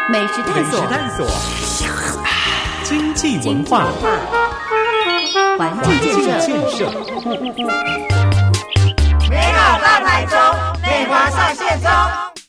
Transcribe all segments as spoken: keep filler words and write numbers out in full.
美食探索， 美食探索，经济文化， 环境建设， 美好大台中，内华上线中。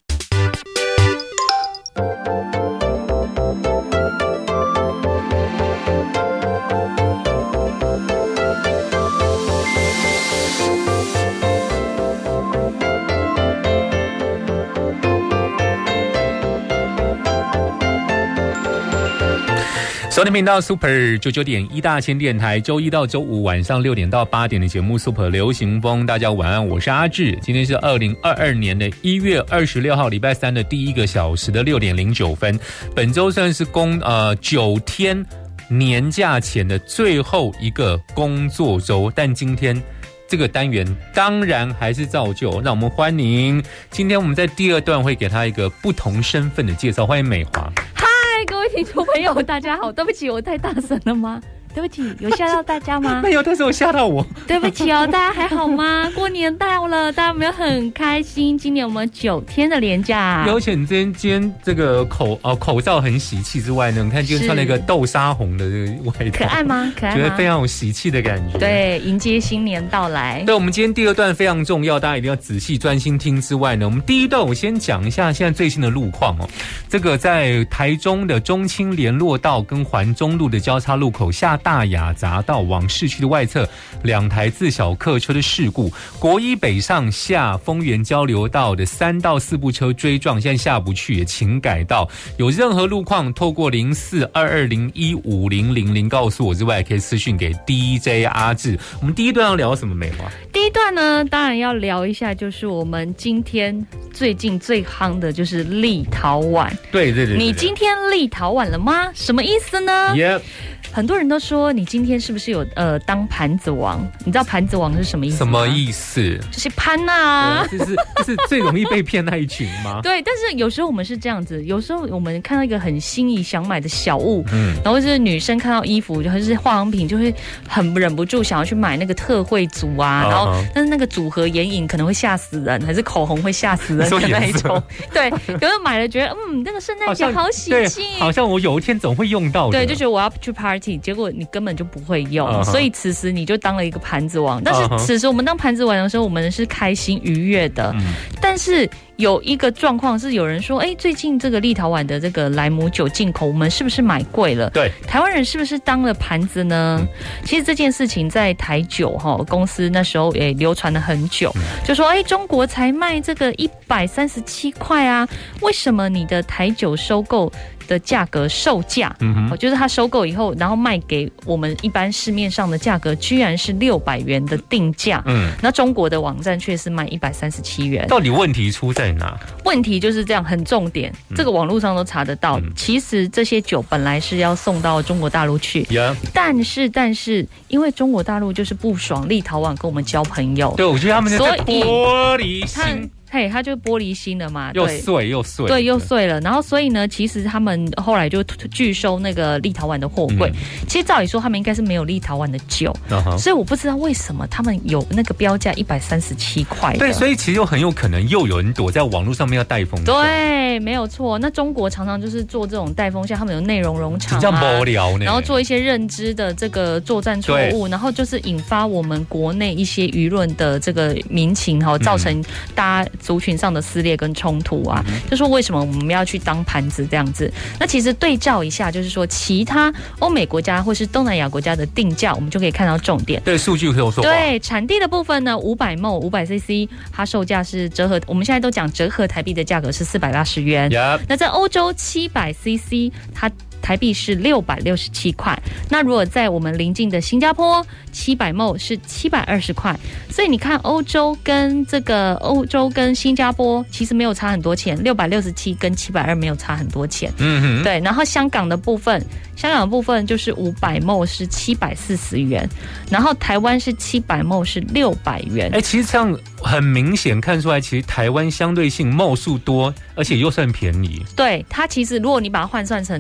收听频道 Super 九九点一大千电台，周一到周五晚上六点到八点的节目 Super 流行风，大家晚安，我是阿志。今天是二零二二年的一月二十六号，礼拜三的第一个小时的六点零九分。本周算是公呃九天年假前的最后一个工作周，但今天这个单元当然还是照旧，让我们欢迎今天我们在第二段会给他一个不同身份的介绍，欢迎美华。 各位听众朋友，大家好，对不起，我太大声了吗？对不起，有吓到大家吗？ 没有，但是我吓到我。 对不起哦，大家还好吗？过年到了，大家有没有很开心？今年我们九天的连假， 而且你今天今天这个口呃口罩很喜气之外呢，你看今天穿了一个豆沙红的这个外套， 可爱吗？可爱吗？ 觉得非常有喜气的感觉。 对，迎接新年到来。 对，我们今天第二段非常重要，大家一定要仔细专心听之外呢，我们第一段我先讲一下现在最新的路况哦。这个在台中的中清联络道跟环中路的交叉路口下大雅匝道往市区的外侧，两台自小客车的事故，国一北上下丰原交流道的三到四部车追撞，现在下不去，也请改道。有任何路况，透过零四二二零一五零零零告诉我之外，可以私讯给 D J 阿志。我们第一段要聊什么？美华？ 第一段呢，当然要聊一下，就是我们今天最近最夯的就是立陶宛。 对对 对, 对, 对， 你今天立陶宛了吗？什么意思呢？ Yep。 很多人都说你今天是不是有呃当盘子王？你知道盘子王是什么意思吗？ 什么意思？ 就是潘啊， 这是这是最容易被骗那一群吗？ 对，但是有时候我们是这样子，有时候我们看到一个很心仪想买的小物，嗯，然后是女生看到衣服或者是化妆品，就会很忍不住想要去买那个特惠组啊， uh-huh. 然后但是那个组合眼影可能会吓死人，还是口红会吓死人的那一种，对，可是买了觉得嗯，那个圣诞节好喜庆， 好像我有一天总会用到的， 对，就觉得我要去 party。结果你根本就不会用， uh-huh. 所以此时你就当了一个盘子王。但是此时我们当盘子王的时候，我们是开心愉悦的。嗯、但是有一个状况是，有人说，哎，最近这个立陶宛的这个莱姆酒进口，我们是不是买贵了？ 对， 台湾人是不是当了盘子呢？嗯、其实这件事情在台酒哈公司那时候也流传了很久，嗯、就说，哎，中国才卖这个一百三十七块啊，为什么你的台酒收购的价格售价，嗯、就是他收购以后，然后卖给我们一般市面上的价格，居然是六百元的定价。嗯，那中国的网站却是卖一百三十七元。 到底问题出在哪？ 问题就是这样，很重点，嗯、这个网络上都查得到。嗯、其实这些酒本来是要送到中国大陆去，嗯、但是但是因为中国大陆就是不爽立陶宛跟我们交朋友， 对，我觉得他们在玻璃心。 嘿，他就玻璃心了嘛， 又碎又碎， 对，又碎了。然后所以呢，其实他们后来就拒收那个立陶宛的货柜。嗯、其实照理说，他们应该是没有立陶宛的酒，uh-huh. 所以我不知道为什么他们有那个标价一百三十七块。 对，所以其实就很有可能又有人躲在网络上面要带风向。 对，没有错。那中国常常就是做这种带风向，他们有内容农场、啊， 比较无聊呢， 然后做一些认知的这个作战错误，然后就是引发我们国内一些舆论的这个民情哈，造成大家族群上的撕裂跟冲突啊，嗯、就说为什么我们要去当盘子这样子？那其实对照一下，就是说其他欧美国家或是东南亚国家的定价，我们就可以看到重点。 对，数据可以说话。 对，产地的部分呢，五百 ml 五百 C C， 它售价是折合，我们现在都讲折合台币的价格是四百八十元。Yep. 那在欧洲七百 C C， 它台币是六百六十七块。那如果在我们邻近的新加坡，七百 ml 是七百二十块。所以你看，欧洲跟这个欧洲跟新加坡其实没有差很多钱，六百六十七跟七百二没有差很多钱。嗯哼，对。然后香港的部分，香港的部分就是五百 ml 是七百四十元，然后台湾是七百 ml 是六百元。 哎，其实这样很明显看出来，其实台湾相对性 ml 数多，而且又算便宜。 对，它其实如果你把它换算成那个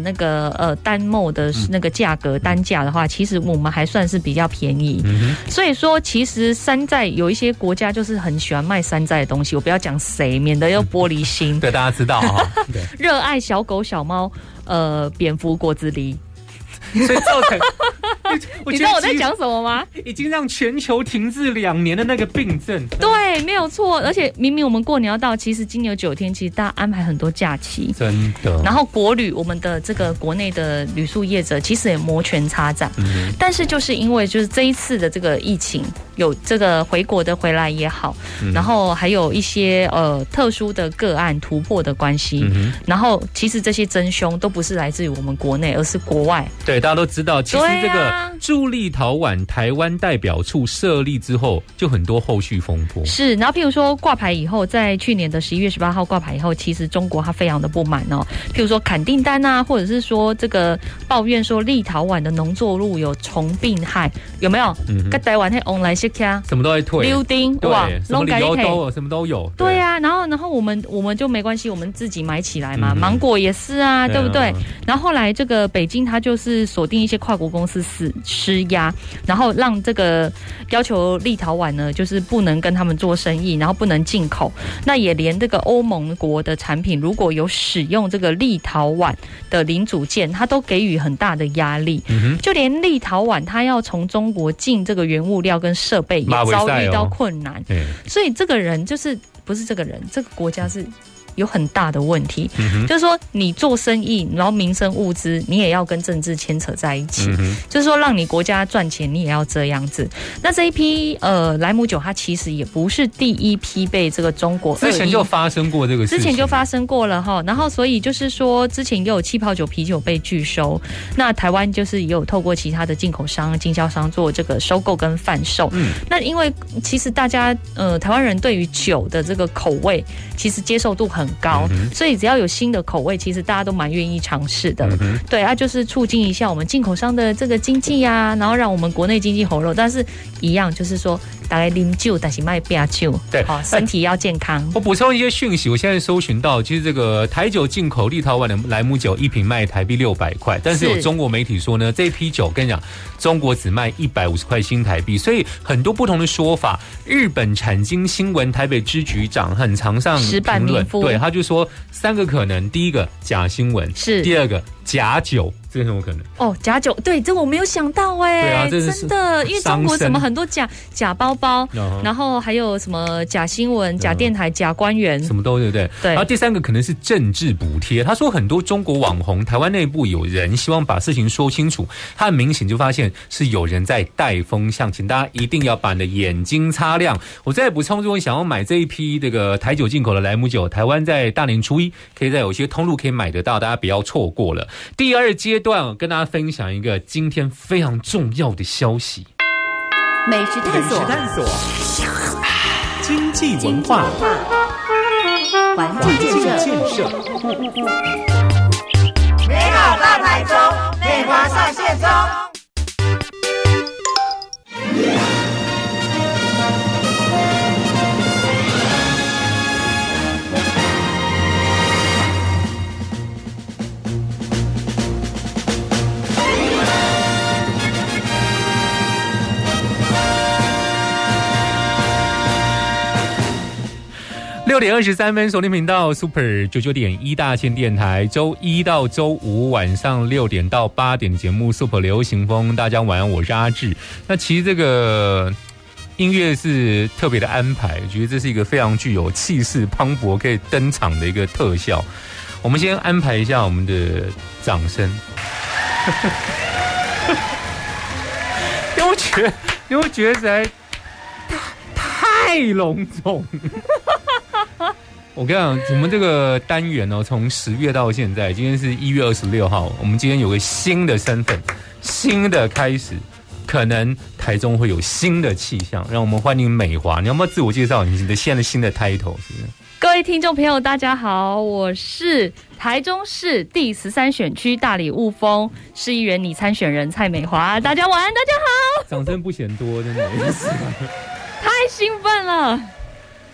个呃单ml的那个价格、嗯、单价的话，其实我们还算是比较便宜。嗯、所以说，其实山寨有一些国家就是很喜欢卖山寨的东西，我不要讲谁，免得又玻璃心。 对，大家知道哈。 热爱小狗小猫，呃，蝙蝠果子狸。 所以造成， 你知道我在讲什么吗？ 已经让全球停滞两年的那个病症， 对，没有错。而且明明我们过年要到，其实金牛九天，其实大家安排很多假期， 真的。 然后国旅，我们的这个国内的旅宿业者，其实也摩拳擦掌。嗯、但是就是因为就是这一次的这个疫情，有这个回国的回来也好，嗯、然后还有一些呃特殊的个案突破的关系，嗯、然后其实这些真凶都不是来自于我们国内，而是国外。 对，大家都知道，其实这个驻立陶宛台湾代表处设立之后，就很多后续风波。 是，然后譬如说挂牌以后，在去年的十一月十八号挂牌以后，其实中国它非常的不满哦，譬如说砍订单啊，或者是说这个抱怨说立陶宛的农作物有虫病害，有没有？嗯，跟台湾那 online 些卡， 什么都会退， 溜丁哇， 什么理由都有，什么都有。 对呀、啊，然后然后我们我们就没关系，我们自己买起来嘛，嗯、芒果也是啊，对不对？然后后来这个北京它就是锁定一些跨国公司施施压，然后让这个要求立陶宛呢，就是不能跟他们做生意，然后不能进口。那也连这个欧盟国的产品，如果有使用这个立陶宛的零组件，它都给予很大的压力。嗯、就连立陶宛它要从中国进这个原物料跟设备，也遭遇到困难。哦、所以这个人就是不是这个人，这个国家是有很大的问题，嗯、就是说你做生意，然后民生物资，你也要跟政治牵扯在一起，嗯、就是说让你国家赚钱，你也要这样子。那这一批呃莱姆酒，它其实也不是第一批被这个中国之前就发生过这个事情， 之前就发生过了哈。然后所以就是说，之前也有气泡酒、啤酒被拒收，那台湾就是也有透过其他的进口商、经销商做这个收购跟贩售。嗯、那因为其实大家呃台湾人对于酒的这个口味，其实接受度很高，嗯、所以只要有新的口味，其实大家都蛮愿意尝试的。嗯、对啊，就是促进一下我们进口商的这个经济啊，然后让我们国内经济活络。但是一样就是说，大概啉酒，但是卖啤酒， 对， 好、哦，身体要健康。 我补充一些讯息，我现在搜寻到，其实这个台酒进口立陶宛的莱姆酒一瓶卖台币六百块，但是有中国媒体说呢，这一批酒跟你讲，中国只卖一百五十块新台币，所以很多不同的说法。日本产经新闻台北支局长很常上评论，对，他就说三个可能：第一个假新闻，是；第二个假酒。这是什么可能？ 哦，假酒，对，这我没有想到哎、欸， 对啊，这是真的，因为中国什么很多假假包包，uh-huh. 然后还有什么假新闻、假电台、uh-huh. 假官员， 什么都对不对？对。然后第三个可能是政治补贴。他说很多中国网红，台湾内部有人希望把事情说清楚，他很明显就发现是有人在带风向，请大家一定要把你的眼睛擦亮。我再补充，如果你想要买这一批这个台酒进口的莱姆酒，台湾在大年初一可以在有些通路可以买得到，大家不要错过了。第二阶段跟大家分享一个今天非常重要的消息： 美食探索、探索经济文化、 环境建设。美好大台中，内华上线中。 六点二十三分，锁定频道 Super 九九点一大千电台，周一到周五晚上六点到八点的节目 Super 流行风，大家晚安，我是阿志。那其实这个音乐是特别的安排，我觉得这是一个非常具有气势磅礴可以登场的一个特效。我们先安排一下我们的掌声。因为我觉得，因为我觉得实在太隆重。我跟你讲，我们这个单元哦，从十月到现在，今天是一月二十六号，我们今天有个新的身份，新的开始，可能台中会有新的气象，让我们欢迎美华。你要不要自我介绍你的现在新的 title？ 是不是？ 各位听众朋友，大家好，我是台中市第十三选区大里雾峰市议员拟参选人蔡美华。大家晚安，大家好。 掌声不嫌多，真的。 太兴奋了。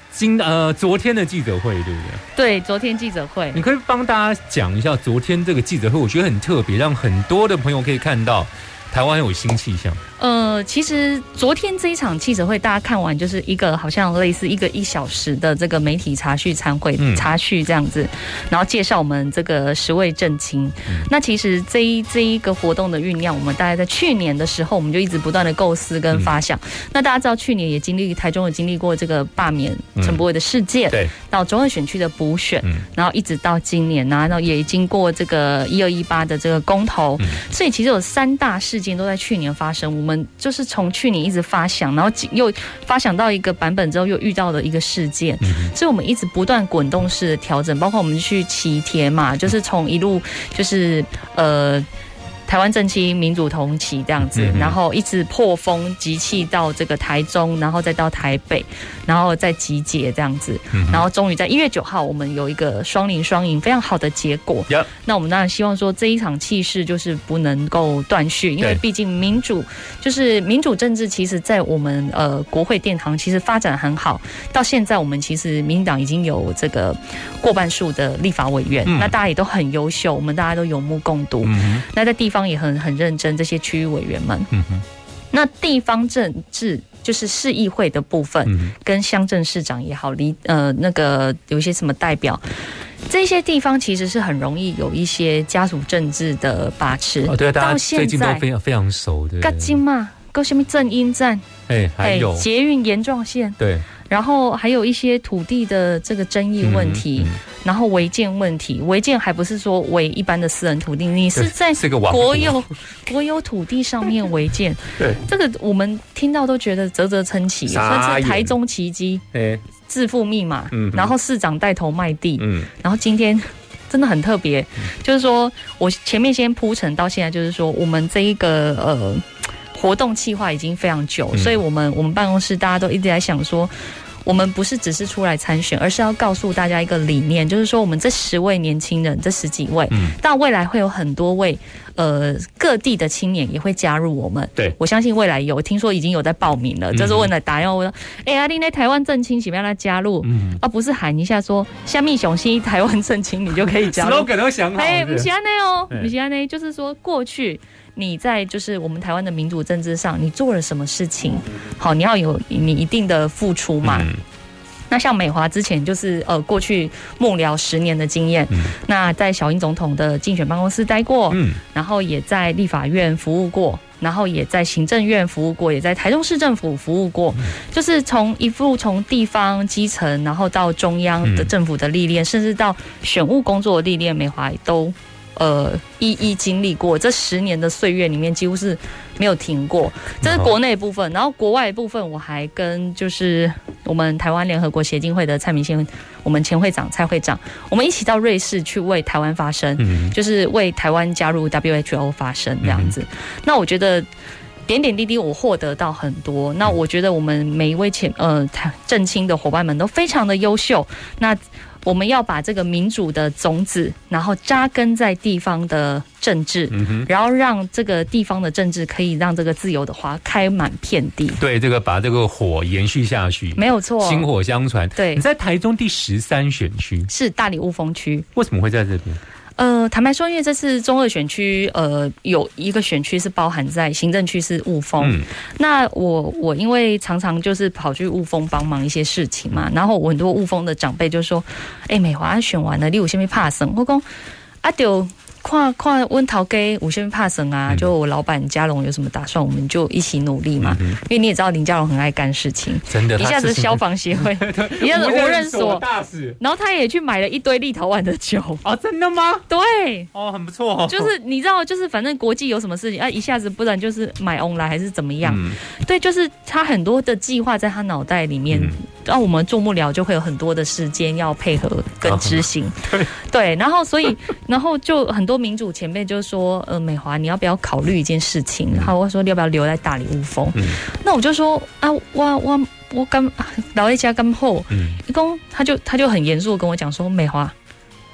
今呃昨天的记者会对不对？ 对，昨天记者会， 你可以帮大家讲一下昨天这个记者会，我觉得很特别，让很多的朋友可以看到台湾有新气象。 呃，其实昨天这一场记者会，大家看完就是一个好像类似一个一小时的这个媒体茶叙参会、嗯、茶叙这样子，然后介绍我们这个十位正青。嗯、那其实这一这一个活动的酝酿，我们大概在去年的时候，我们就一直不断的构思跟发想。嗯、那大家知道，去年也经历台中有经历过这个罢免陈柏惟的事件，对、嗯，到中二选区的补选，嗯、然后一直到今年啊，然后也经过这个一二一八的这个公投，嗯、所以其实有三大事件都在去年发生。我们就是从去年一直发想，然后又发想到一个版本之后，又遇到了一个事件，嗯、所以我们一直不断滚动式的调整，包括我们去骑铁马，就是从一路就是呃。台湾正青民主同期这样子，嗯、然后一直破风集气到这个台中，然后再到台北，然后再集结这样子，嗯、然后终于在一月九号，我们有一个双赢双赢非常好的结果。Yep. 那我们当然希望说这一场气势就是不能够断续，因为毕竟民主就是民主政治，其实在我们呃国会殿堂其实发展很好，到现在我们其实民进党已经有这个过半数的立法委员，嗯、那大家也都很优秀，我们大家都有目共睹。嗯、那在地方也很很认真，这些区域委员们。嗯哼，那地方政治就是市议会的部分，嗯、跟乡镇市长也好，离呃那个有一些什么代表，这些地方其实是很容易有一些家族政治的把持。 哦，对，大家最近都非常非常熟的。 嘎金嘛，够什么正音站？ 哎，还有捷运沿状线。对。然后还有一些土地的这个争议问题，嗯嗯、然后违建问题，违建还不是说违一般的私人土地，你是在国有国有土地上面违建，对，这个我们听到都觉得啧啧称奇，算是台中奇迹，致富密码，嗯、然后市长带头卖地，嗯、然后今天真的很特别，嗯、就是说我前面先铺陈到现在，就是说我们这一个呃。活动企划已经非常久，嗯、所以我们我们办公室大家都一直在想说，我们不是只是出来参选，而是要告诉大家一个理念，就是说我们这十位年轻人，这十几位，嗯，但未来会有很多位呃各地的青年也会加入我们。对，我相信未来有，听说已经有在报名了，嗯、就是问了打电话问，哎、欸，阿弟那台湾正青，请不要来加入？嗯，而、啊、不是喊一下说虾米雄心台湾正青，你就可以加入。slogan 都想好了。哎， 不是安内哦，不是安内，就是说过去。你在就是我们台湾的民主政治上，你做了什么事情？好，你要有你一定的付出嘛。嗯、那像美华之前就是呃过去幕僚十年的经验，嗯、那在小英总统的竞选办公室待过，嗯、然后也在立法院服务过，然后也在行政院服务过，也在台中市政府服务过，嗯、就是从一路从地方基层，然后到中央的政府的历练，嗯、甚至到选务工作的历练，美华都。呃，一一经历过这十年的岁月里面，几乎是没有停过。这是国内部分，然后国外部分，我还跟就是我们台湾联合国协进会的蔡明宪，我们前会长蔡会长，我们一起到瑞士去为台湾发声，嗯、就是为台湾加入 W H O 发声这样子。嗯、那我觉得点点滴滴我获得到很多。那我觉得我们每一位前呃正青的伙伴们都非常的优秀。那我们要把这个民主的种子，然后扎根在地方的政治，嗯、然后让这个地方的政治可以让这个自由的花开满遍地。对， 这个把这个火延续下去， 没有错， 薪火相传。对，你在台中第十三选区， 是大里雾峰区， 为什么会在这边？ 呃，坦白说，因为这次中二选区，呃，有一个选区是包含在行政区是雾峰。嗯、那我我因为常常就是跑去雾峰帮忙一些事情嘛，然后我很多雾峰的长辈就说：“哎、欸，美华选完了，你有什么怕生？”我讲啊，就看看温陶给有什么怕生啊？就我老板嘉龙有什么打算，我们就一起努力嘛。嗯、因为你也知道林嘉龙很爱干事情，真的，一下子消防协会，一下子无任所大使，然后他也去买了一堆立陶宛的酒啊，真的吗？ 对， 哦，很不错、哦。 就是你知道，就是反正国际有什么事情啊，一下子不然就是买 on 来还是怎么样？嗯、对，就是他很多的计划在他脑袋里面。嗯然后我们做幕僚就会有很多的时间要配合跟执行，哦、对对，然后所以然后就很多民主前辈就说，呃，美华你要不要考虑一件事情？然后我说你要不要留在大里雾峰？嗯、那我就说啊，我我我刚老一家刚后，嗯，一共他就他就很严肃的跟我讲说，美华，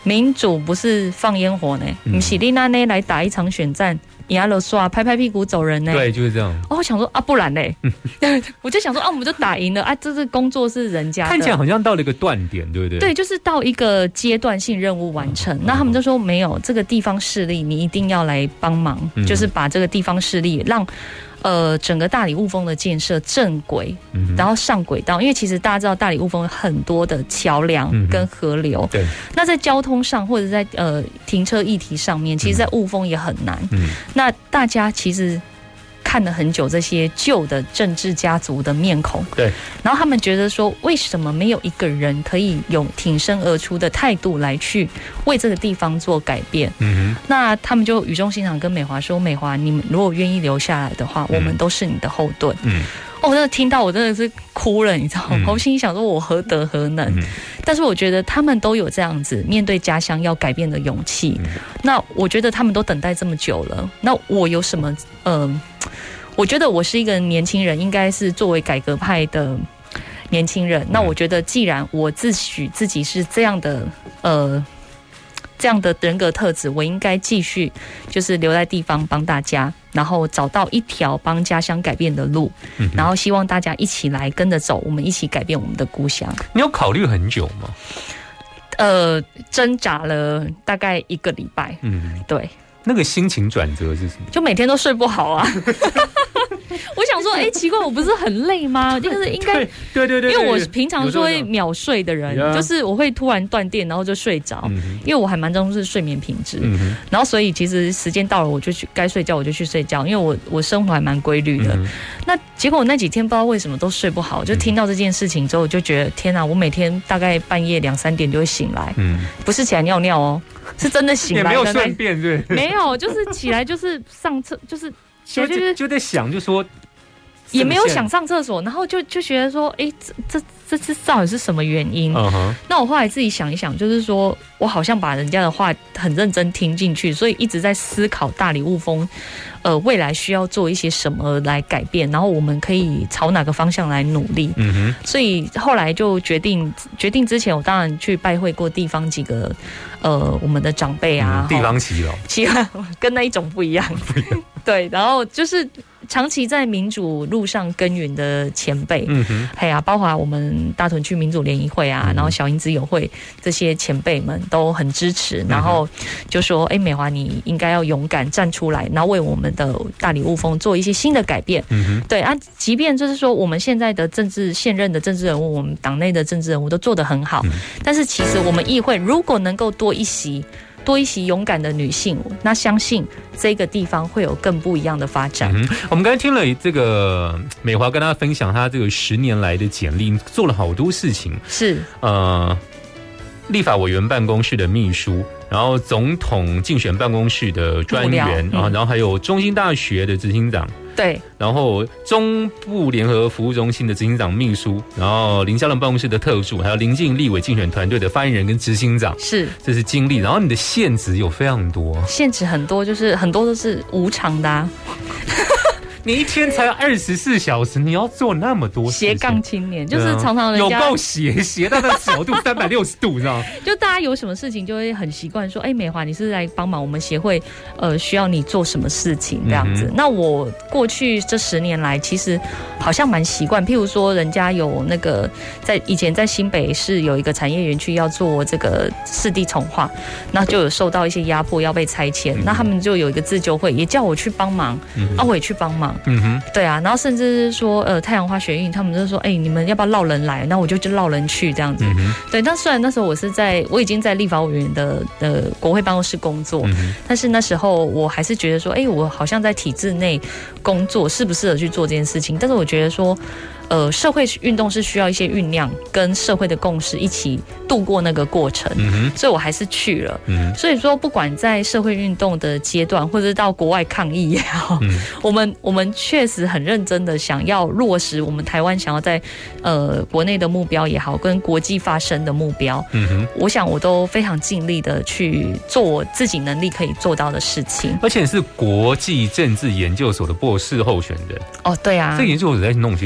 民主不是放烟火呢，你是你那呢来打一场选战，你要了刷拍拍屁股走人呢？ 对，就是这样。 哦，我想说啊，不然嘞，我就想说啊，我们就打赢了啊，这是工作是人家的， 看起来好像到了一个断点，对不对？ 对，就是到一个阶段性任务完成，嗯、那他们就说没有这个地方势力，你一定要来帮忙，嗯、就是把这个地方势力让。呃，整个大理雾峰的建设正轨，嗯、然后上轨道，因为其实大家知道大理雾峰很多的桥梁跟河流，嗯、对，那在交通上或者在呃停车议题上面，其实在雾峰也很难。嗯、那大家其实看了很久这些旧的政治家族的面孔，对，然后他们觉得说，为什么没有一个人可以用挺身而出的态度来去为这个地方做改变？嗯哼，那他们就语重心长跟美华说：“美华，你们如果愿意留下来的话，嗯、我们都是你的后盾。”嗯。哦，我真的听到，我真的是哭了，你知道吗？嗯、我心里想说，我何德何能？嗯、但是我觉得他们都有这样子面对家乡要改变的勇气。嗯、那我觉得他们都等待这么久了，那我有什么？嗯、呃，我觉得我是一个年轻人，应该是作为改革派的年轻人。嗯、那我觉得，既然我自诩自己是这样的，呃。这样的人格特质，我应该继续就是留在地方帮大家，然后找到一条帮家乡改变的路，嗯、然后希望大家一起来跟着走，我们一起改变我们的故乡。 你有考虑很久吗？ 呃，挣扎了大概一个礼拜。嗯，对。 那个心情转折是什么？ 就每天都睡不好啊。我想说，哎、欸，奇怪，我不是很累吗？就是应该， 对对对， 因为我平常是会秒睡的人，就是我会突然断电，然后就睡着，嗯、因为我还蛮重视睡眠品质，嗯、然后所以其实时间到了，我就去该睡觉我就去睡觉，因为我我生活还蛮规律的。嗯、那结果我那几天不知道为什么都睡不好，就听到这件事情之后，我就觉得天啊，我每天大概半夜两三点就会醒来，嗯、不是起来尿尿哦，是真的醒来的， 也没有顺便对， 没有，就是起来就是上厕就是。 就就就在想，就说也没有想上厕所，然后就就觉得说，哎、欸，这这这这到底是什么原因？ Uh-huh. 那我后来自己想一想，就是说我好像把人家的话很认真听进去，所以一直在思考大理雾峰，呃，未来需要做一些什么来改变，然后我们可以朝哪个方向来努力。嗯哼，所以后来就决定决定之前，我当然去拜会过地方几个呃我们的长辈啊， 嗯、地方耆老， 耆老跟那一种不一样，不一样。对，然后就是长期在民主路上耕耘的前辈，嗯哼，哎呀、啊，包括我们大屯区民主联谊会啊，嗯、然后小英子友会这些前辈们都很支持，嗯、然后就说，哎，美华你应该要勇敢站出来，然后为我们的大理雾峰做一些新的改变。嗯哼，对啊，即便就是说我们现在的政治现任的政治人物，我们党内的政治人物都做得很好，嗯、但是其实我们议会如果能够多一席。多一席勇敢的女性，那相信这个地方会有更不一样的发展。 嗯、我们刚才听了这个美华跟大家分享她这个十年来的简历，做了好多事情。 是呃，立法委员办公室的秘书，然后总统竞选办公室的专员，嗯、然后还有中兴大学的执行长。 对， 然后中部联合服务中心的执行长秘书，然后林佳龙办公室的特助，还有林进立委竞选团队的发言人跟执行长， 是， 这是经历。然后你的现职有非常多， 现职很多，就是很多都是无偿的啊。 你一天才二十四小时，你要做那么多事情。 斜杠青年就是常常人家有够斜，斜到那角度三百六十度，知道吗？ 就大家有什么事情就会很习惯说，哎、欸，美华，你是来帮忙我们协会，呃，需要你做什么事情这样子。嗯、那我过去这十年来，其实好像蛮习惯，譬如说，人家有那个在以前在新北市有一个产业园区要做这个市地重划，那就有受到一些压迫要被拆迁，嗯、那他们就有一个自救会，也叫我去帮忙，嗯、啊，我也去帮忙。嗯哼，对啊，然后甚至是说，呃，太阳花学运，他们就说，哎、欸，你们要不要绕人来？那我就就绕人去这样子。嗯、对，但虽然那时候我是在，我已经在立法委员的呃国会办公室工作，嗯、但是那时候我还是觉得说，哎、欸，我好像在体制内工作，适不适合去做这件事情？但是我觉得说。呃，社会运动是需要一些酝酿，跟社会的共识一起度过那个过程，嗯、所以我还是去了。嗯、所以说，不管在社会运动的阶段，或者到国外抗议也好，嗯、我们我们确实很认真的想要落实我们台湾想要在呃国内的目标也好，跟国际发声的目标。嗯、我想我都非常尽力的去做我自己能力可以做到的事情。 而且是国际政治研究所的博士候选人。 哦，对啊， 这个研究所在弄些什么？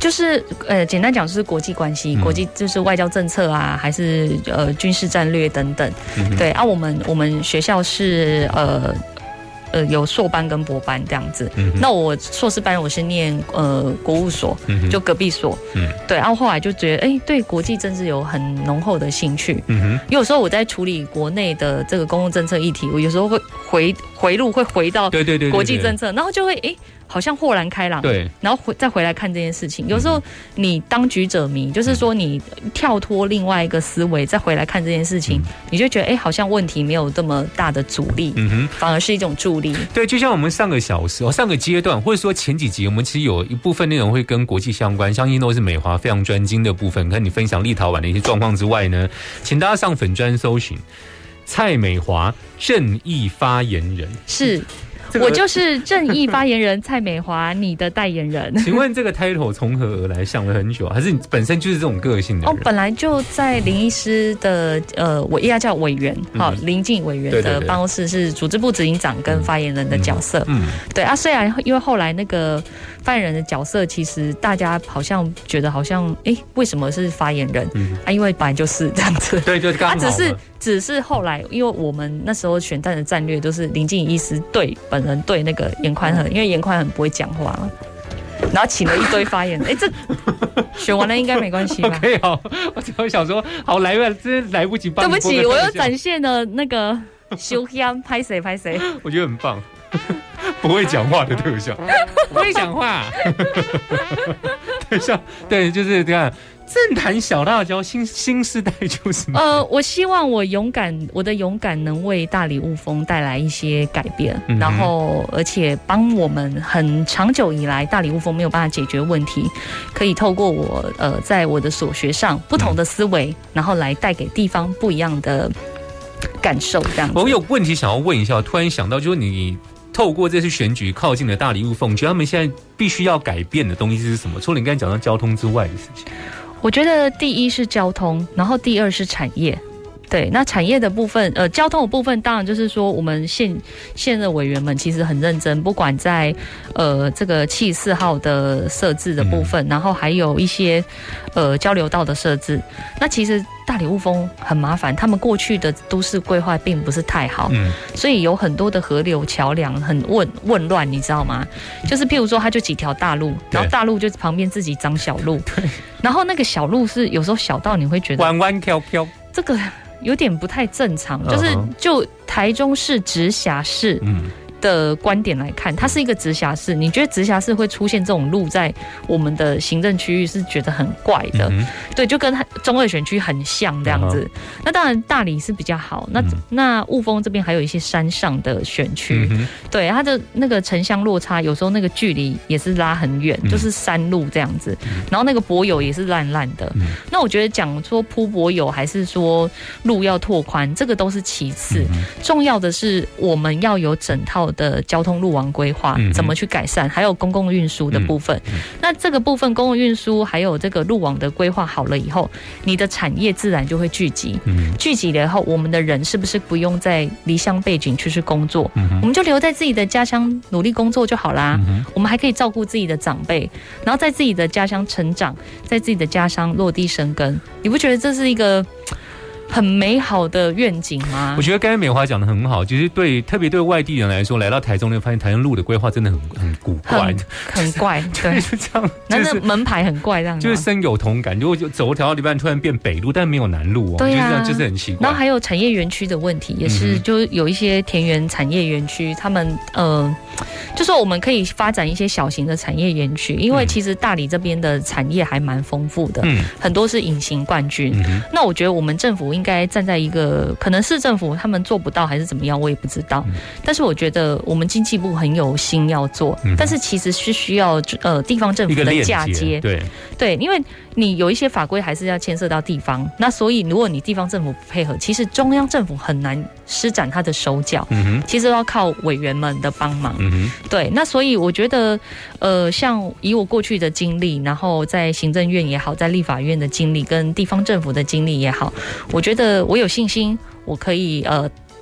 就是呃，简单讲就是国际关系，嗯、国际就是外交政策啊，还是呃军事战略等等。嗯、对啊，我们我们学校是呃。呃，有硕班跟博班这样子。嗯、那我硕士班我是念呃国务所，嗯、就隔壁所。嗯，对，然后后来就觉得，哎，对国际政治有很浓厚的兴趣。嗯哼，有时候我在处理国内的这个公共政策议题，我有时候会回回路会回到对对对国际政策，然后就会哎。好像豁然开朗，对，然后回再回来看这件事情。有时候你当局者迷，就是说你跳脱另外一个思维，再回来看这件事情，嗯、你就觉得哎，好像问题没有这么大的阻力，嗯哼，反而是一种助力。 对，就像我们上个小时、哦、上个阶段，或者说前几集，我们其实有一部分内容会跟国际相关，相信都是美华非常专精的部分，跟你分享立陶宛的一些状况之外呢，请大家上粉专搜寻蔡美华正义发言人是。我就是正义发言人蔡美华，你的代言人。 请问这个 title 从何而来？想了很久，还是你本身就是这种个性的人？ 哦，本来就在林医师的呃，我应该叫委员，好、嗯，林进委员的办公室是组织部执行长跟发言人的角色。嗯，嗯对啊，虽然因为后来那个发言人的角色，其实大家好像觉得好像，哎，为什么是发言人？嗯、啊，因为本来就是这样子。 对，就刚好。 他只是只是后来，因为我们那时候选战的战略都是林进医师对本人对那个严宽恒，因为严宽恒不会讲话嘛，然后请了一堆发言人，哎，这选完了应该没关系吧？ 可以好，我只想说，好来吧，真来不及帮。 对不起，我又展现了那个修香拍谁拍谁， 我觉得很棒。不会讲话的特效，不会讲话，特效对，就是这样。政坛小辣椒，新新时代就是呃，我希望我勇敢，我的勇敢能为大理雾峰带来一些改变，嗯、然后而且帮我们很长久以来大理雾峰没有办法解决问题，可以透过我呃在我的所学上不同的思维，嗯、然后来带给地方不一样的感受。这样子， 我有问题想要问一下，突然想到，就是你透过这次选举靠近了大理雾峰，觉得他们现在必须要改变的东西是什么？除了你刚才讲到交通之外的事情。 我觉得第一是交通，然后第二是产业。对，那产业的部分，呃，交通的部分，当然就是说，我们现现任委员们其实很认真，不管在呃这个七四号的设置的部分，嗯、然后还有一些呃交流道的设置。那其实大理雾峰很麻烦，他们过去的都市规划并不是太好，嗯、所以有很多的河流桥梁很混混乱，你知道吗？就是譬如说，它就几条大路，然后大路就旁边自己长小路，然后那个小路是有时候小到你会觉得弯弯飘飘， 这个。有点不太正常，就是就台中市直辖市的观点来看，它是一个直辖市。你觉得直辖市会出现这种路在我们的行政区域是觉得很怪的，嗯、对，就跟中二选区很像这样子。嗯、那当然大理是比较好，那、嗯、那雾峰这边还有一些山上的选区，嗯、对它的那个城乡落差，有时候那个距离也是拉很远，嗯、就是山路这样子。嗯、然后那个柏油也是烂烂的。嗯、那我觉得讲说铺柏油还是说路要拓宽，这个都是其次，嗯、重要的是我们要有整套的交通路网规划，嗯、怎么去改善，还有公共运输的部分。嗯嗯、那这个部分公共运输还有这个路网的规划好了以后，你的产业自然就会聚集。嗯、聚集了以后，我们的人是不是不用在离乡背景去去工作？嗯、我们就留在自己的家乡努力工作就好啦。嗯、我们还可以照顾自己的长辈，然后在自己的家乡成长，在自己的家乡落地生根。你不觉得这是一个很美好的愿景吗？ 我觉得刚才美华讲的很好，就是对特别对外地人来说，来到台中，你会发现台中路的规划真的很很古怪， 很, 很怪，对， 是这样。 那那门牌很怪，这样就是深有同感。如果就走条到一半，突然变北路，但没有南路哦， 对啊， 就是这样，就是很奇怪。 然后还有产业园区的问题，也是，就有一些田园产业园区，他们呃，就说我们可以发展一些小型的产业园区，因为其实大理这边的产业还蛮丰富的，嗯、很多是隐形冠军。嗯、那我觉得我们政府应该站在一个。可能市政府他们做不到还是怎么样，我也不知道。嗯、但是我觉得我们经济部很有心要做，嗯、但是其实是需要呃地方政府的嫁接， 对对，因为你有一些法规还是要牵涉到地方，那所以如果你地方政府不配合，其实中央政府很难施展他的手脚，嗯、其实要靠委员们的帮忙。嗯、对，那所以我觉得呃，像以我过去的经历，然后在行政院也好，在立法院的经历，跟地方政府的经历也好，我觉得我有信心我可以呃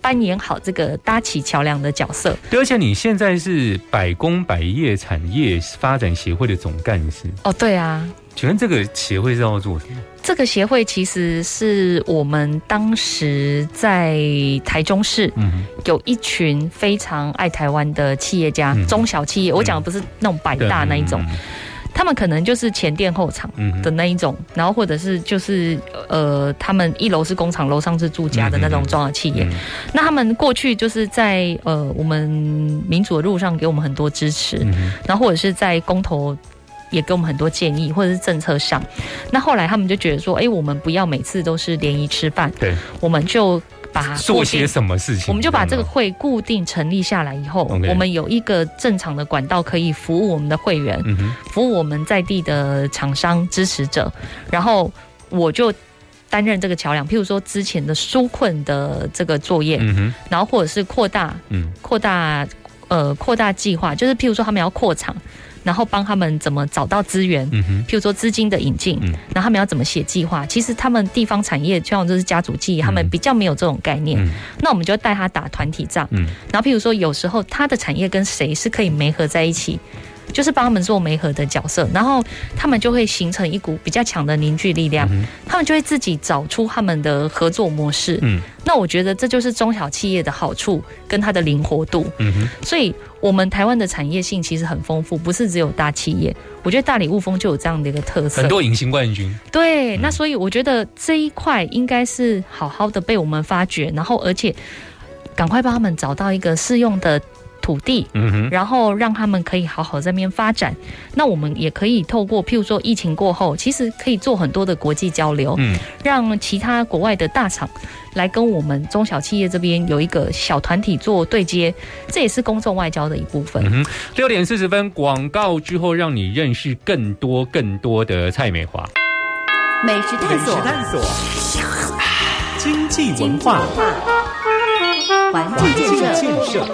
扮演好这个搭起桥梁的角色。 对，而且你现在是百工百业产业发展协会的总干事。 哦，对啊。 请问这个协会是要做什么？ 这个协会其实是我们当时在台中市有一群非常爱台湾的企业家，嗯、中小企业，我讲的不是那种百大那一种。嗯他们可能就是前店后厂的那一种，嗯、然后或者是就是呃，他们一楼是工厂，楼上是住家的那种中小企业。嗯嗯、那他们过去就是在呃我们民主的路上给我们很多支持，嗯、然后或者是在公投也给我们很多建议，或者是政策上。那后来他们就觉得说，哎，我们不要每次都是联谊吃饭，对，我们就。把做些什么事情？ 我们就把这个会固定成立下来以后， okay. 我们有一个正常的管道可以服务我们的会员，嗯、服务我们在地的厂商支持者，然后我就担任这个桥梁。譬如说之前的纾困的这个作业，嗯、然后或者是扩大，嗯、扩大呃扩大计划，就是譬如说他们要扩厂。然后帮他们怎么找到资源，嗯、譬如说资金的引进，嗯、然后他们要怎么写计划。其实他们地方产业，像这是家族企业，他们比较没有这种概念。嗯、那我们就带他打团体仗，嗯、然后譬如说有时候他的产业跟谁是可以媒合在一起，就是帮他们做媒合的角色，然后他们就会形成一股比较强的凝聚力量，嗯、他们就会自己找出他们的合作模式。嗯、那我觉得这就是中小企业的好处跟它的灵活度。嗯、所以我们台湾的产业性其实很丰富，不是只有大企业。我觉得大里雾峰就有这样的一个特色， 很多隐形冠军。 对，嗯、那所以我觉得这一块应该是好好的被我们发掘，然后而且赶快帮他们找到一个适用的土地，嗯、然后让他们可以好好在那边发展。那我们也可以透过譬如说疫情过后，其实可以做很多的国际交流，嗯、让其他国外的大厂来跟我们中小企业这边有一个小团体做对接，这也是公众外交的一部分。 嗯、六点四十分广告之后，让你认识更多更多的蔡美华。 美食探索，探索经济文化， 环境建设，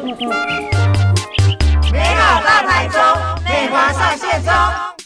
美好大台中，美华上线中。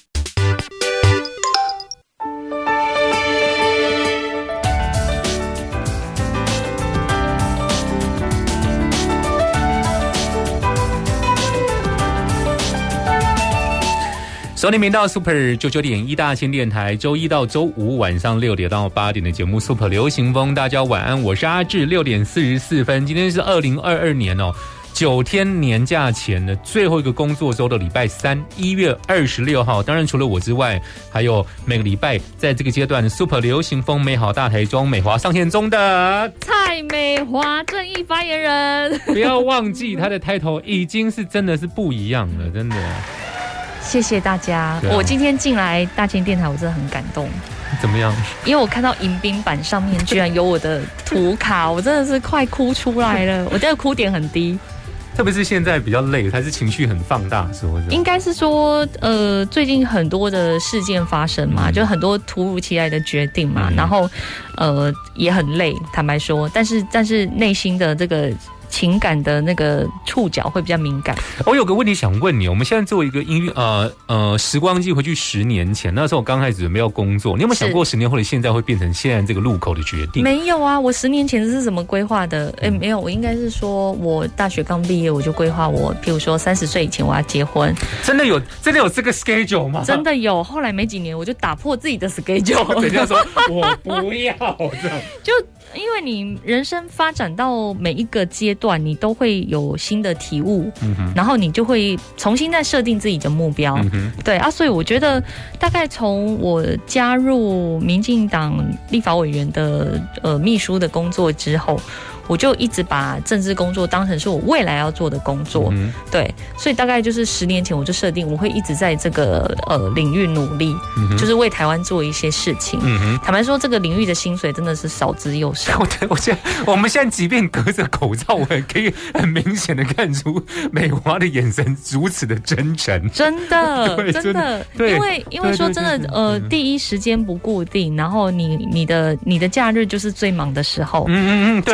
收听频道 Super 九九点一大千电台，周一到周五晚上六点到八点的节目 Super 流行风，大家晚安，我是阿志。六点四十四分，今天是二零二二年哦，九天年假前的最后一个工作周的礼拜三，一月二十六号。当然除了我之外，还有每个礼拜在这个阶段 Super 流行风美好大台中美华上线中的蔡美华正义发言人。 不要忘记他的抬头已经是真的是不一样了，真的。 谢谢大家，啊、我今天进来大千电台，我真的很感动。 怎么样？ 因为我看到迎宾板上面居然有我的图卡，我真的是快哭出来了。我这个哭点很低， 特别是现在比较累，还是情绪很放大的时候。 应该是说，呃，最近很多的事件发生嘛，嗯、就很多突如其来的决定嘛，嗯、然后呃也很累，坦白说，但是但是内心的这个情感的那个触角会比较敏感。 我有个问题想问你，我们现在做一个音乐呃呃时光机回去十年前，那时候我刚开始准备要工作，你有没有想过十年后的现在会变成现在这个路口的决定？ 没有啊，我十年前是怎么规划的？哎、嗯，没有，我应该是说我大学刚毕业我就规划我，譬如说三十岁以前我要结婚。 真的有真的有这个 schedule 吗？ 真的有，后来没几年我就打破自己的 schedule， 人家说我不要这样就。因为你人生发展到每一个阶段，你都会有新的体悟，嗯、然后你就会重新再设定自己的目标，嗯、对啊，所以我觉得大概从我加入民进党立法委员的呃秘书的工作之后，我就一直把政治工作当成是我未来要做的工作，嗯、对，所以大概就是十年前我就设定我会一直在这个呃领域努力，嗯、就是为台湾做一些事情。嗯、坦白说，这个领域的薪水真的是少之又少。 我我现在我们现在即便隔着口罩，我也可以很明显的看出美华的眼神如此的真诚。 真的，真的，因为因为说真的，呃，第一时间不固定，然后你你的你的假日就是最忙的时候，嗯嗯嗯，假日。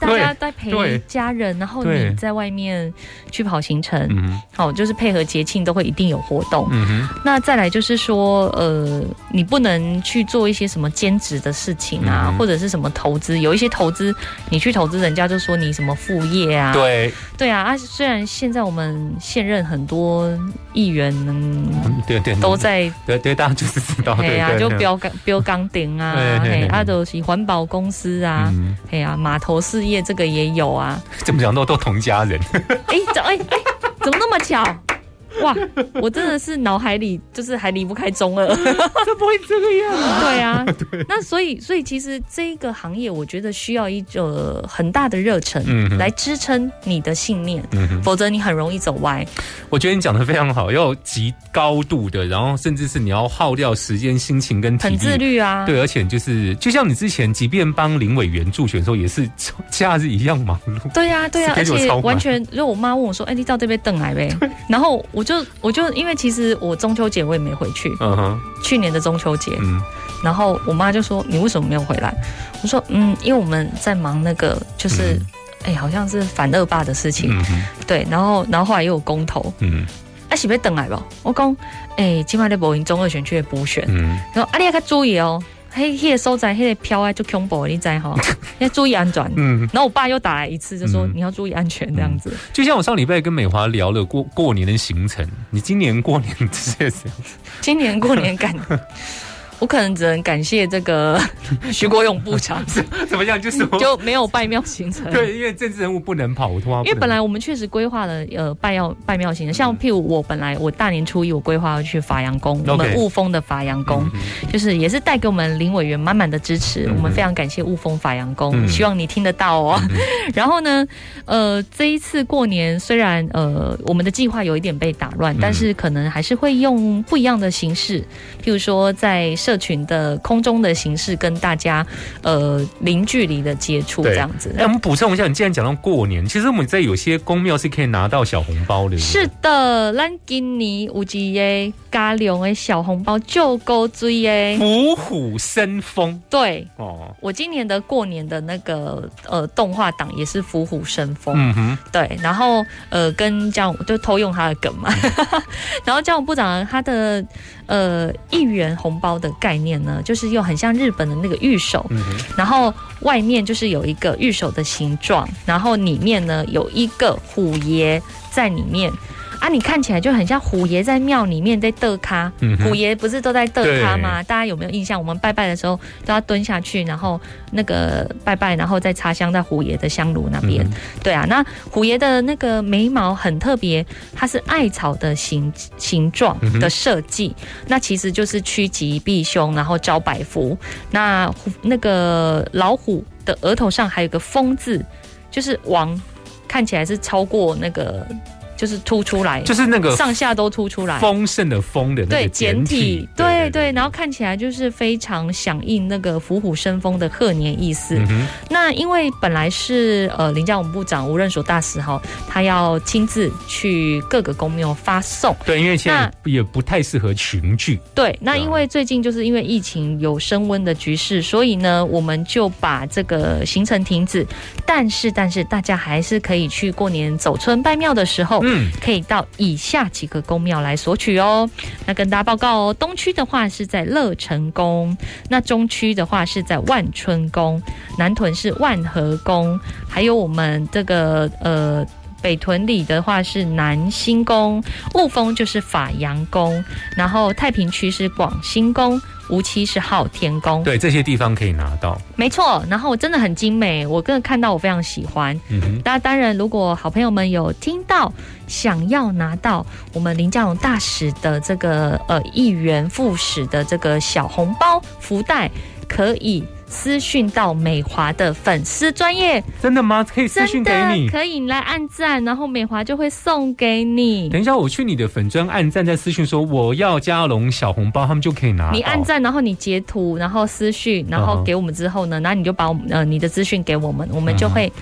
大家在陪家人，然后你在外面去跑行程，嗯，好，就是配合节庆都会一定有活动。嗯哼，那再来就是说，呃，你不能去做一些什么兼职的事情啊，嗯、或者是什么投资，有一些投资你去投资，人家就说你什么副业啊， 对， 对啊，啊，虽然现在我们现任很多议员，嗯，对对，都在， 对对，大家就是知道，对啊，就标钢标钢顶啊，嘿，啊，都是环保公司啊，嘿啊，码头事业这个也有啊， 怎么讲都都同家人， 哎，怎哎哎，怎么那么巧？哇，我真的是脑海里就是还离不开中二， 怎么会这个样？ 对啊，对，那所以所以其实这个行业，我觉得需要一个很大的热忱，嗯，来支撑你的信念，嗯，否则你很容易走歪。 我觉得你讲得非常好，要极高度的，然后甚至是你要耗掉时间、心情跟体力， 很自律啊。 对，而且就是就像你之前，即便帮林委员助选的时候，也是假日一样忙碌。 对啊，对啊，而且完全，就我妈问我说：“哎、欸，你到这边等来呗？”然后我就我就因为其实我中秋节我也没回去，嗯哼，去年的中秋节，嗯，然后我妈就说：“你为什么没有回来？”我说：“嗯，因为我们在忙那个，就是。嗯”哎、欸，好像是反恶霸的事情，嗯、对，然后，然后后来又有公投，嗯，啊是要等来不？我讲，哎、欸，今晚在柏林中二选区的补选，嗯，然后啊你要较注意哦，嘿，迄个所在，迄个票啊就恐怖，你知哈，要注意安全。嗯，然后我爸又打来一次，就说、嗯、你要注意安全这样子。 就像我上礼拜跟美华聊了过过年的行程，你今年过年是这样子？ 今年过年感。我可能只能感谢这个徐国勇部长， 怎么样？就是就没有拜庙行程。 对，因为政治人物不能跑，我通常因为本来我们确实规划了呃拜庙拜庙行程，像譬如我本来我大年初一我规划要去法阳宫， Okay. 我们雾峰的法阳宫，嗯、就是也是带给我们林委员满满的支持，嗯、我们非常感谢雾峰法阳宫，嗯、希望你听得到哦。嗯、然后呢，呃，这一次过年虽然呃我们的计划有一点被打乱，嗯、但是可能还是会用不一样的形式，譬如说在社群的空中的形式跟大家呃零距离的接触这样子。 哎、欸，我们补充一下，你既然讲到过年，其实我们在有些宫庙是可以拿到小红包的。 是的，咱今年有一个加量的小红包就够追耶， 虎虎生风。 对哦，我今年的过年的那个呃动画档也是虎虎生风。嗯哼，对，然后呃跟江就偷用他的梗嘛，然后江部长他的呃一元红包的概念呢，就是用很像日本的那个御守，嗯、然后外面就是有一个御守的形状，然后里面呢有一个虎爷在里面。啊，你看起来就很像虎爷在庙里面在嘚咖，嗯、虎爷不是都在嘚咖吗？大家有没有印象？我们拜拜的时候都要蹲下去，然后那个拜拜，然后再插香在虎爷的香炉那边。嗯、对啊，那虎爷的那个眉毛很特别，它是艾草的形形状的设计，嗯、那其实就是趋吉避凶，然后招百福。那那个老虎的额头上还有个风字，就是王，看起来是超过那个。就是凸出来， 就是那个上下都凸出来， 丰盛的丰的那个简体， 对 对, 对, 对，然后看起来就是非常响应那个虎虎生风的贺年意思。嗯、那因为本来是呃林佳龙部长无任所大使哈，他要亲自去各个宫庙发送， 对，因为现在也不太适合群聚。 对，那因为最近就是因为疫情有升温的局势，所以呢，我们就把这个行程停止。但是但是大家还是可以去过年走春拜庙的时候。嗯，可以到以下几个宫庙来索取哦。那跟大家报告哦，东区的话是在乐成宫，那中区的话是在万春宫，南屯是万和宫，还有我们这个呃。北屯里的话是南兴宫，雾峰就是法阳宫，然后太平区是广兴宫，无期是昊天宫。 对，这些地方可以拿到， 没错。然后真的很精美，我真的看到我非常喜欢。嗯哼，那当然，如果好朋友们有听到想要拿到我们林佳龙大使的这个呃一元复始的这个小红包福袋，可以私讯到美华的粉丝专页。 真的吗？可以私讯给你？ 可以，你来按赞，然后美华就会送给你。 等一下，我去你的粉专按赞，再私讯说我要佳龙小红包，他们就可以拿到。 你按赞，然后你截图，然后私讯，然后给我们之后呢，然后你就把我们呃你的资讯给我们，我们就会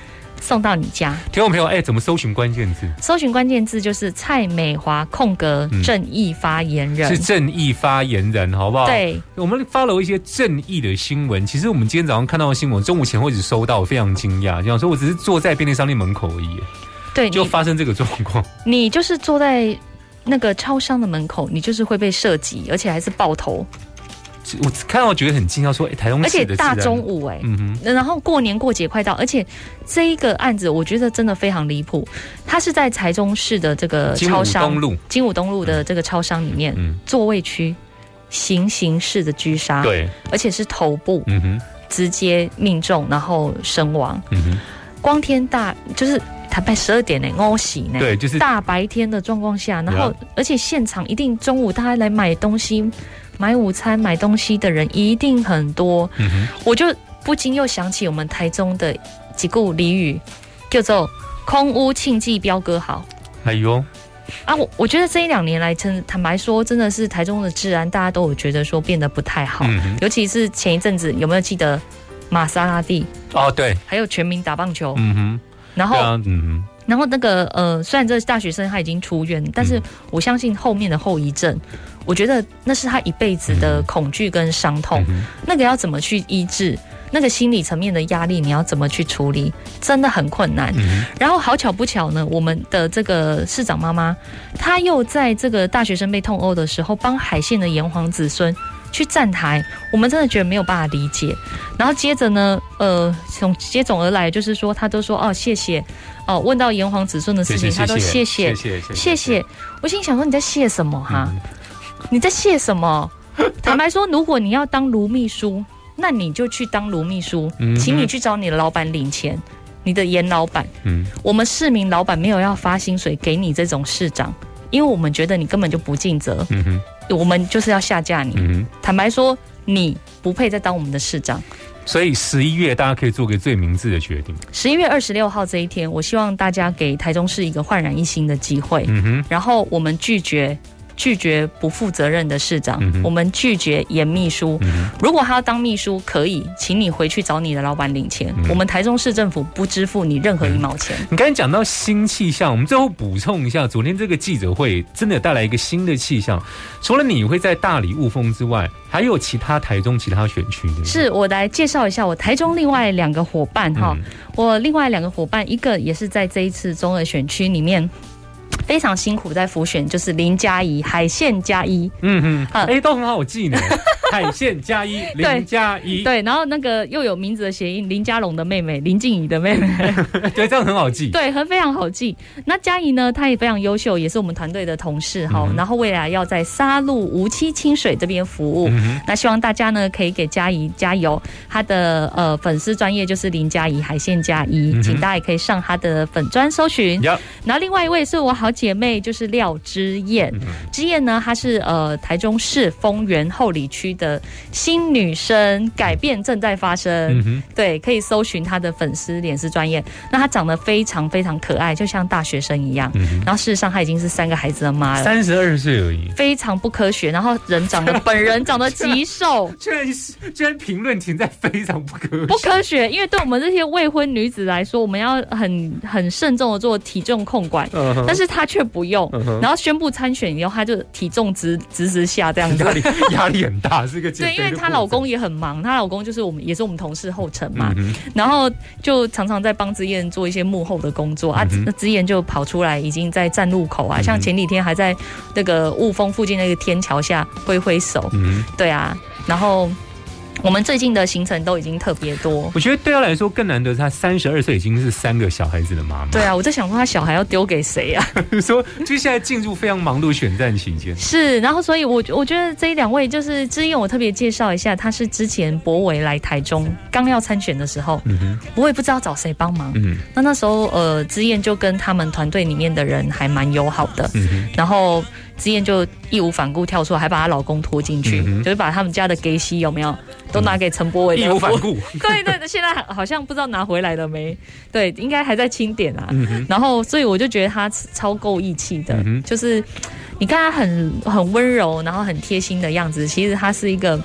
送到你家。 听众朋友，哎，怎么搜寻关键字？ 搜寻关键字就是蔡美华空格正义发言人， 是正义发言人，好不好？ 对， 我们 follow 一些正义的新闻。其实我们今天早上看到的新闻，中午前会只收到，我非常惊讶，这样说我只是坐在便利商店门口而已， 对， 就发生这个状况。 你就是坐在那个超商的门口，你就是会被射击，而且还是爆头。 我看到觉得很惊讶，说，哎，台中市的， 而且大中午，哎、欸，嗯哼，然后过年过节快到，而且这一个案子我觉得真的非常离谱，它是在台中市的这个超商金武东路金武东路的这个超商里面，嗯、座位区行刑式的狙杀， 对， 而且是头部，嗯哼，直接命中，然后身亡，嗯哼，光天大就是坦白十二点呢，欧喜呢， 对，就是大白天的状况下，然后而且现场一定中午大家来买东西。买午餐、买东西的人一定很多，嗯、我就不禁又想起我们台中的几句俚语，叫做“空屋庆忌标歌好”。 哎呦， 啊，我我觉得这一两年来，真坦白说，真的是台中的治安，大家都有觉得说变得不太好，嗯、尤其是前一阵子，有没有记得玛莎拉蒂？ 哦，对， 还有全民打棒球， 嗯哼， 然后， 啊、嗯哼。 然后那个呃，虽然这大学生他已经出院，但是我相信后面的后遗症，我觉得那是他一辈子的恐惧跟伤痛，嗯、那个要怎么去医治？那个心理层面的压力，你要怎么去处理？真的很困难。嗯、然后好巧不巧呢，我们的这个市长妈妈，她又在这个大学生被痛殴的时候，帮海线的炎黄子孙去站台，我们真的觉得没有办法理解。然后接着呢，呃，从接踵而来就是说，他都说哦谢谢，哦问到炎黄子孙的事情，他都谢谢谢谢谢谢。我心想说你在谢什么哈？嗯、你在谢什么？坦白说，如果你要当卢秘书，那你就去当卢秘书，嗯、请你去找你的老板领钱，你的严老板。嗯，我们市民老板没有要发薪水给你这种市长，因为我们觉得你根本就不尽责。嗯哼。我们就是要下架你。嗯、坦白说，你不配再当我们的市长。 所以十一月大家可以做个最明智的决定。 十一月二十六号这一天，我希望大家给台中市一个焕然一新的机会。嗯哼，然后我们拒绝。拒绝不负责任的市长，嗯、我们拒绝严秘书。嗯、如果他要当秘书，可以，请你回去找你的老板领钱。嗯、我们台中市政府不支付你任何一毛钱。 嗯、你刚才讲到新气象，我们最后补充一下，昨天这个记者会真的带来一个新的气象。除了你会在大里雾峰之外，还有其他台中其他选区的。 是我来介绍一下我台中另外两个伙伴哈，嗯、我另外两个伙伴，一个也是在这一次中二选区里面。非常辛苦在辅选，就是林嘉怡，海线加一， 嗯哼，哎、欸，都很好记呢。海线加一，林嘉怡， 对，然后那个又有名字的谐音，林佳龙的妹妹，林静怡的妹妹， 对，这样很好记， 对，很非常好记。那嘉怡呢，她也非常优秀，也是我们团队的同事哈。嗯、然后未来要在沙鹿无期清水这边服务，嗯、那希望大家呢可以给嘉怡加油。她的呃粉丝专业就是林嘉怡海线加一，嗯、请大家也可以上她的粉专搜寻。嗯、然后另外一位是我好姐妹，就是廖之燕，嗯、之燕呢，她是呃台中市丰原后里区的新女生，改变正在发生。嗯、对，可以搜寻她的粉丝脸丝专页。那她长得非常非常可爱，就像大学生一样。嗯、然后事实上她已经是三个孩子的妈了， 三十二岁而已， 非常不科学。然后人长得本人长得极瘦， 居然居然评论停在非常不科学， 不科学。因为对我们这些未婚女子来说，我们要很很慎重的做体重控管，uh-huh. 但是她却不用。Uh-huh. 然后宣布参选以后，她就体重直直直下这样子， 压力压力很大，是个对，因为她老公也很忙，她老公就是我们也是我们同事后尘嘛，嗯、然后就常常在帮之燕做一些幕后的工作、嗯、啊，那之燕就跑出来，已经在站路口啊，嗯、像前几天还在那个雾峰附近那个天桥下挥挥手，嗯、对啊，然后。我们最近的行程都已经特别多， 我觉得对他来说更难得是他三十二岁已经是三个小孩子的妈妈。 对啊，我在想说他小孩要丢给谁啊？ 说就现在进入非常忙碌选战期间。 是，然后所以我我觉得这一两位就是之燕，我特别介绍一下，他是之前柏惟来台中刚要参选的时候，嗯、我也不知道找谁帮忙。嗯、那那时候呃，之燕就跟他们团队里面的人还蛮友好的，嗯、然后。之燕就义无反顾跳出来，还把她老公拖进去，嗯、就是把他们家的给息有没有都拿给陈柏惟。 义无反顾。 对对对，现在好像不知道拿回来了没？对，应该还在清点啊。嗯、然后，所以我就觉得他超够义气的，嗯、就是你看他很很温柔，然后很贴心的样子，其实他是一个。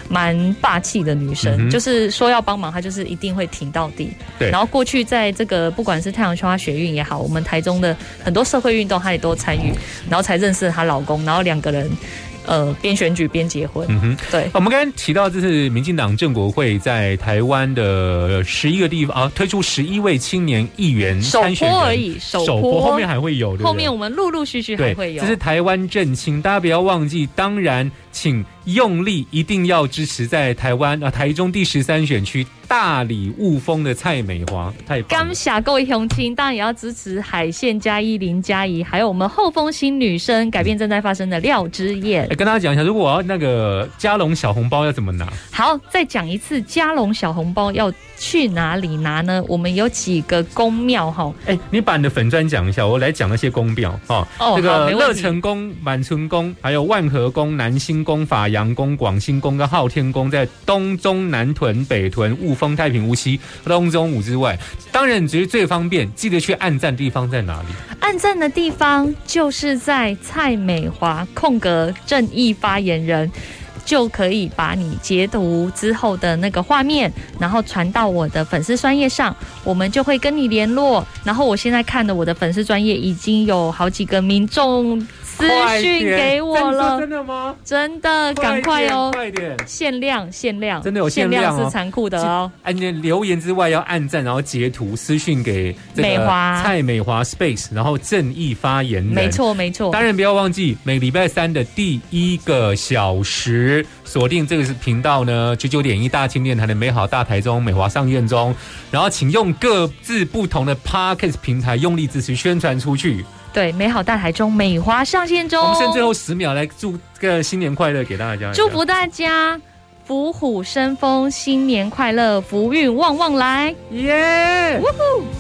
蛮霸气的女生， 嗯、 就是说要帮忙，她就是一定会挺到底。 对。 然后过去在这个不管是太阳花学运也好，我们台中的很多社会运动，她也都参与，然后才认识她老公，然后两个人。呃，边选举边结婚。嗯哼，对。 我们刚才提到，这是民进党正国会在台湾的十一个地方啊，推出十一位青年议员参选人。 首波而已，首波后面还会有，对不对？ 后面我们陆陆续续还会有。 这是台湾正青，大家不要忘记。当然，请用力一定要支持在台湾啊台中第十三选区大里雾峰的蔡美华，太棒了！ 感谢各位乡亲，当然也要支持海线嘉义林嘉怡，还有我们后丰新女生改变正在发生的廖之燕。 跟大家讲一下，如果我要那个嘉龙小红包要怎么拿？ 好，再讲一次，嘉龙小红包要去哪里拿呢？我们有几个宫庙哈。 哎，你把你的粉专讲一下，我来讲那些宫庙哈。哦，这个乐成宫、满村宫，还有万和宫、南兴宫、法阳宫、广兴宫跟昊天宫，在东中南屯、北屯、雾峰、太平、无锡、东中武之外，当然觉得最方便，记得去按赞的地方在哪里？ 按赞的地方就是在蔡美华空格正义发言人，就可以把你截图之后的那个画面，然后传到我的粉丝专页上，我们就会跟你联络。然后我现在看的我的粉丝专页已经有好几个民众私讯给我了。 真的吗？ 真的，赶快哦！ 快点， 限量限量， 真的有限量哦， 限量是残酷的哦。 按你留言之外要按赞，然后截图私讯给美华蔡美华 Space， 然后正义发言人。 没错没错。 当然不要忘记每礼拜三的第一个小时锁定这个频道呢，九九点一大清电台的美好大台中美华上院中，然后请用各自不同的 Podcast 平台用力支持宣传出去。 对，美好大台中美华上线中， 我们剩最后十秒来祝个新年快乐给大家， 祝福大家福虎生风，新年快乐，福运旺旺来， 耶！ Yeah!